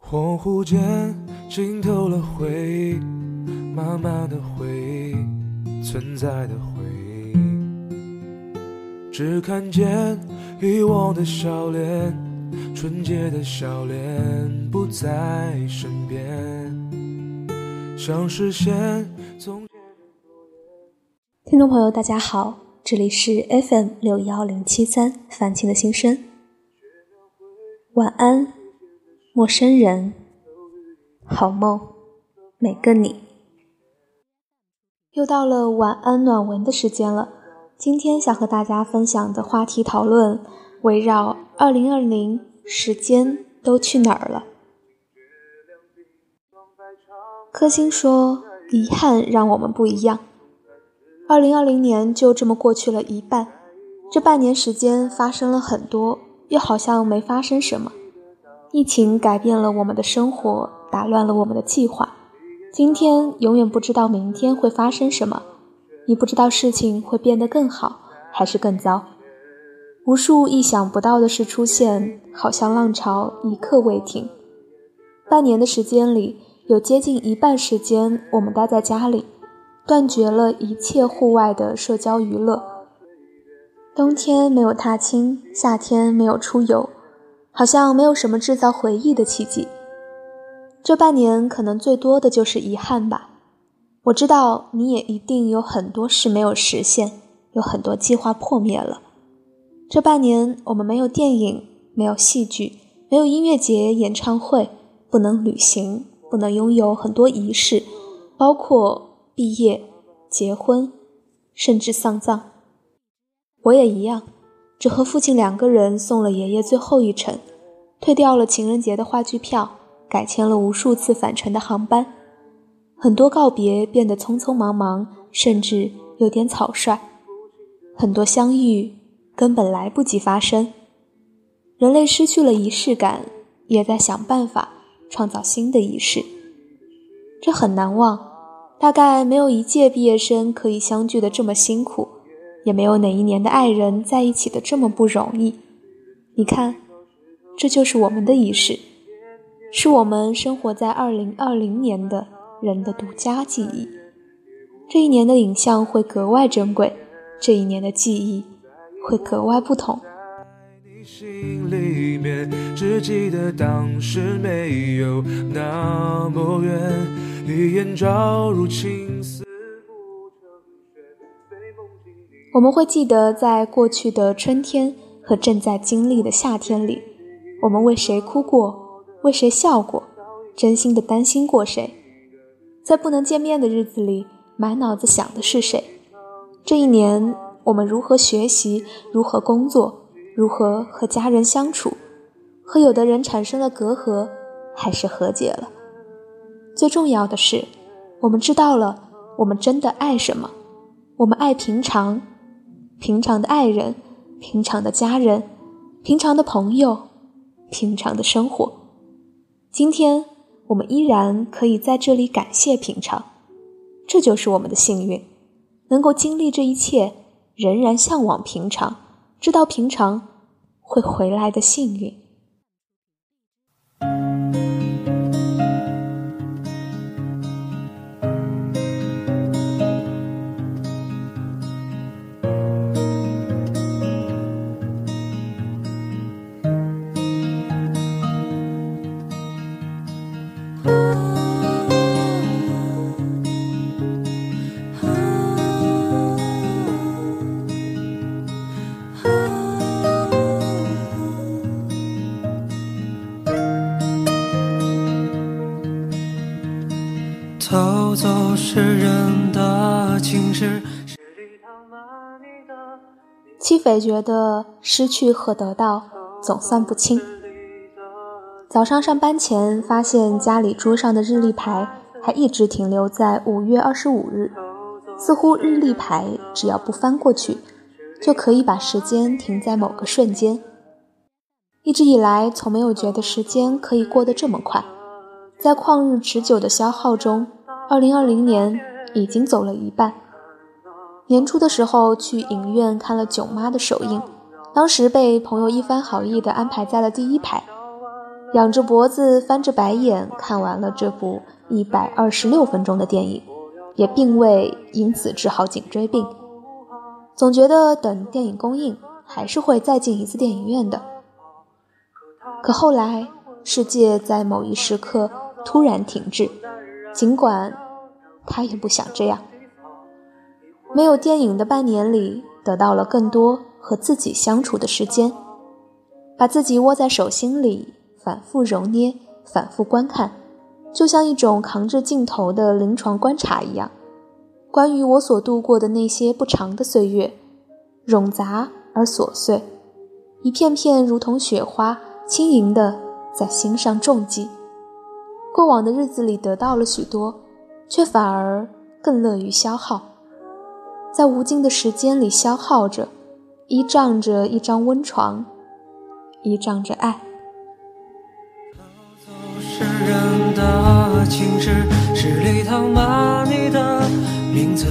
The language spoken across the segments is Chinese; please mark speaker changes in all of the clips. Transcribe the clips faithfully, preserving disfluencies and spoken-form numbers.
Speaker 1: 恍惚间浸透了回忆，慢慢的回忆，存在的回忆，只看见遗忘的笑脸，纯洁的笑脸不在身边，像视线从前。
Speaker 2: 听众朋友大家好，这里是 F M 六一零七三凡青的心声。晚安陌生人，好梦每个你。又到了晚安暖文的时间了，今天想和大家分享的话题讨论围绕二零二零时间都去哪儿了。柯欣说，遗憾让我们不一样。二零二零年就这么过去了一半，这半年时间发生了很多，又好像没发生什么。疫情改变了我们的生活，打乱了我们的计划。今天永远不知道明天会发生什么，你不知道事情会变得更好还是更糟。无数意想不到的事出现，好像浪潮一刻未停。半年的时间里，有接近一半时间我们待在家里，断绝了一切户外的社交娱乐。冬天没有踏青，夏天没有出游，好像没有什么制造回忆的契机。这半年可能最多的就是遗憾吧。我知道你也一定有很多事没有实现，有很多计划破灭了。这半年我们没有电影，没有戏剧，没有音乐节、演唱会，不能旅行，不能拥有很多仪式，包括毕业、结婚，甚至丧葬。我也一样，只和父亲两个人送了爷爷最后一程，退掉了情人节的话剧票，改签了无数次返程的航班。很多告别变得匆匆忙忙，甚至有点草率。很多相遇根本来不及发生。人类失去了仪式感，也在想办法创造新的仪式。这很难忘，大概没有一届毕业生可以相聚的这么辛苦，也没有哪一年的爱人在一起的这么不容易。你看，这就是我们的仪式，是我们生活在二零二零年的人的独家记忆。这一年的影像会格外珍贵，这一年的记忆会格外不同。
Speaker 1: 你心里面只记得当时没有那么远，一眼照入青丝。
Speaker 2: 我们会记得在过去的春天和正在经历的夏天里，我们为谁哭过，为谁笑过，真心的担心过谁。在不能见面的日子里，满脑子想的是谁。这一年，我们如何学习，如何工作，如何和家人相处，和有的人产生了隔阂，还是和解了。最重要的是，我们知道了我们真的爱什么。我们爱平常，平常的爱人，平常的家人，平常的朋友，平常的生活。今天我们依然可以在这里感谢平常，这就是我们的幸运，能够经历这一切，仍然向往平常，知道平常会回来的幸运。
Speaker 1: 偷走诗人的情诗。
Speaker 2: 七匪觉得失去和得到总算不清。早上上班前发现家里桌上的日历牌还一直停留在五月二十五日，似乎日历牌只要不翻过去，就可以把时间停在某个瞬间。一直以来从没有觉得时间可以过得这么快。在旷日持久的消耗中，二零二零年已经走了一半。年初的时候去影院看了囧妈的首映，当时被朋友一番好意地安排在了第一排。 仰着脖子翻着白眼看完了这部一百二十六分钟的电影，也并未因此治好颈椎病。总觉得等电影公映还是会再进一次电影院的。可后来世界在某一时刻突然停滞，尽管他也不想这样。没有电影的半年里，得到了更多和自己相处的时间，把自己握在手心里，反复揉捏，反复观看，就像一种扛着镜头的临床观察一样。关于我所度过的那些不长的岁月，冗杂而琐碎，一片片如同雪花，轻盈地在心上重击。过往的日子里得到了许多，却反而更乐于消耗，在无尽的时间里消耗着，依仗着一张温床，依仗着爱。
Speaker 1: 是人的情致，是礼堂把你的名字。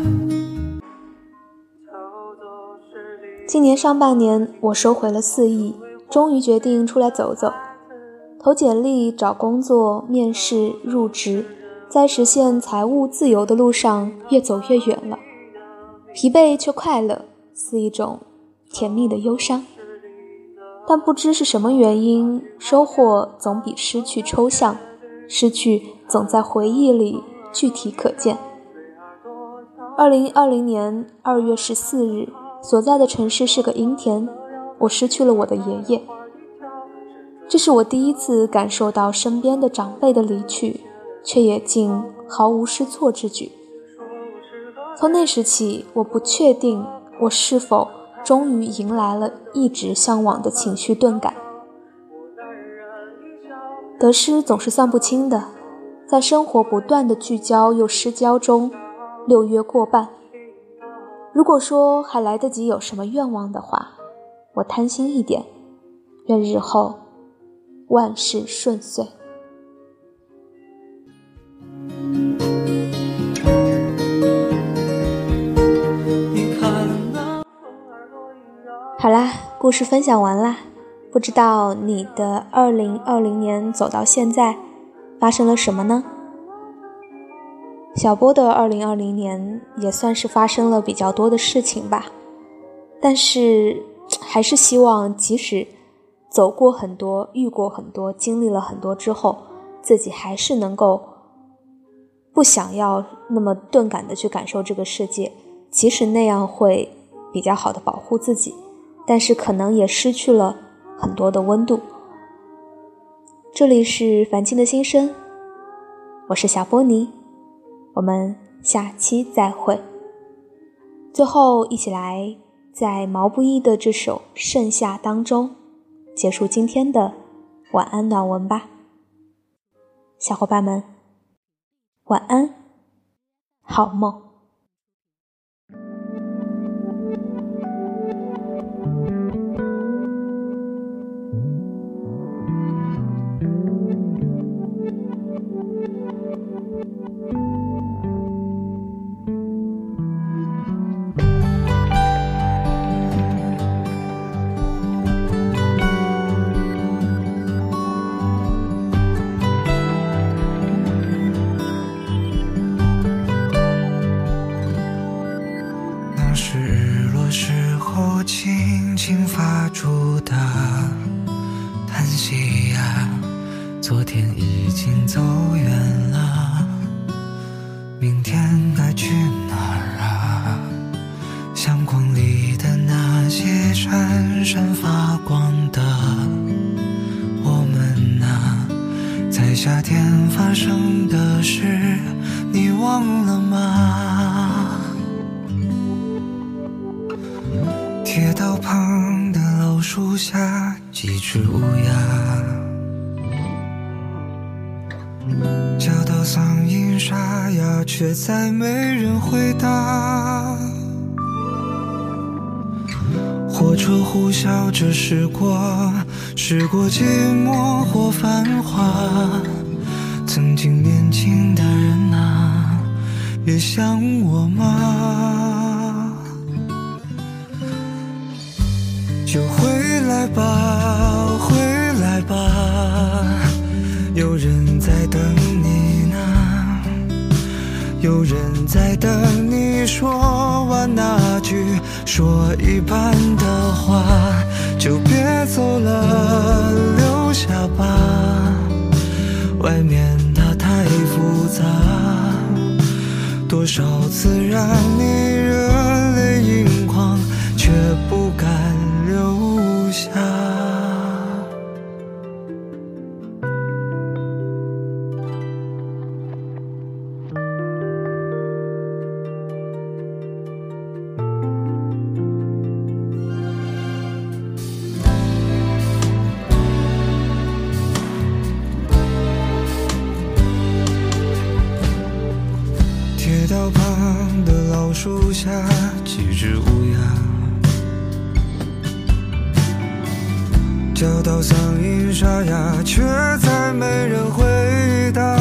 Speaker 2: 今年上半年，我收回了四亿，终于决定出来走走，投简历、找工作、面试、入职，在实现财务自由的路上越走越远了。疲惫却快乐，似一种甜蜜的忧伤。但不知是什么原因，收获总比失去抽象，失去总在回忆里具体可见。二零二零年二月十四日，所在的城市是个阴天，我失去了我的爷爷。这是我第一次感受到身边的长辈的离去，却也竟毫无失措之举。从那时起，我不确定我是否终于迎来了一直向往的情绪钝感。得失总是算不清的，在生活不断的聚焦又失焦中，六月过半。如果说还来得及有什么愿望的话，我贪心一点，愿日后万事顺遂。好啦，故事分享完啦。不知道你的二零二零年走到现在发生了什么呢？小波的二零二零年也算是发生了比较多的事情吧，但是还是希望即使走过很多，遇过很多，经历了很多之后，自己还是能够不想要那么钝感的去感受这个世界，即使那样会比较好的保护自己，但是可能也失去了很多的温度。这里是凡青的心声，我是小波尼，我们下期再会。最后一起来在毛不易的这首《盛夏》当中结束今天的晚安暖文吧。小伙伴们晚安，好梦。
Speaker 1: 轻轻发出的叹息呀，昨天已经走远了，明天该去哪儿啊？相框里的那些闪闪发光的我们啊，在夏天发生的事你忘了吗？铁道旁的老树下，几只乌鸦叫到嗓音沙哑，却再没人回答。火车呼啸着驶过，驶过寂寞或繁华。曾经年轻的人啊，也像我吗？就回来吧，回来吧，
Speaker 3: 有人在等你说完那句说一半的话，就别走了，留下吧。外面它太复杂，多少次让你热泪盈眶，却不敢留下。铁道旁的老树下，几只乌鸦叫到嗓音沙哑，却再没人回答。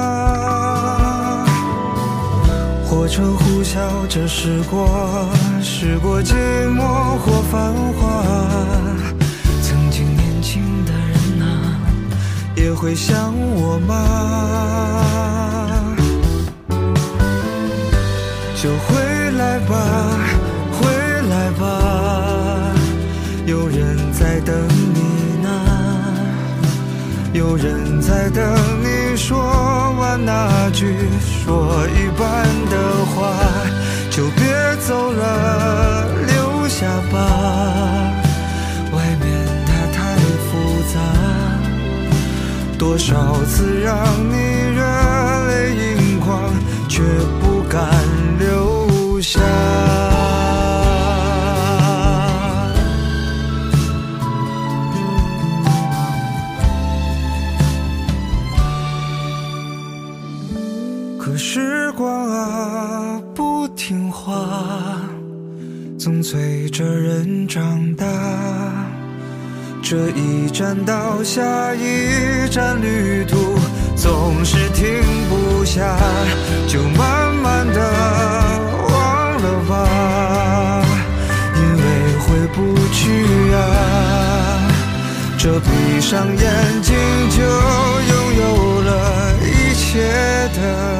Speaker 3: 火车呼啸着驶过，驶过寂寞或繁华。曾经年轻的人啊，也会想我吗？就回来吧，回来吧，有人在等你呢，有人在等你说完那句说一半的话，就别走了，留下吧。外面它太复杂，多少次让你热泪盈眶，却不敢留下。可时光啊，不听话，总催着人长大。这一站到下一站，旅途总是停不下，就慢慢的忘了吧，因为回不去啊。这闭上眼睛就拥有了一切的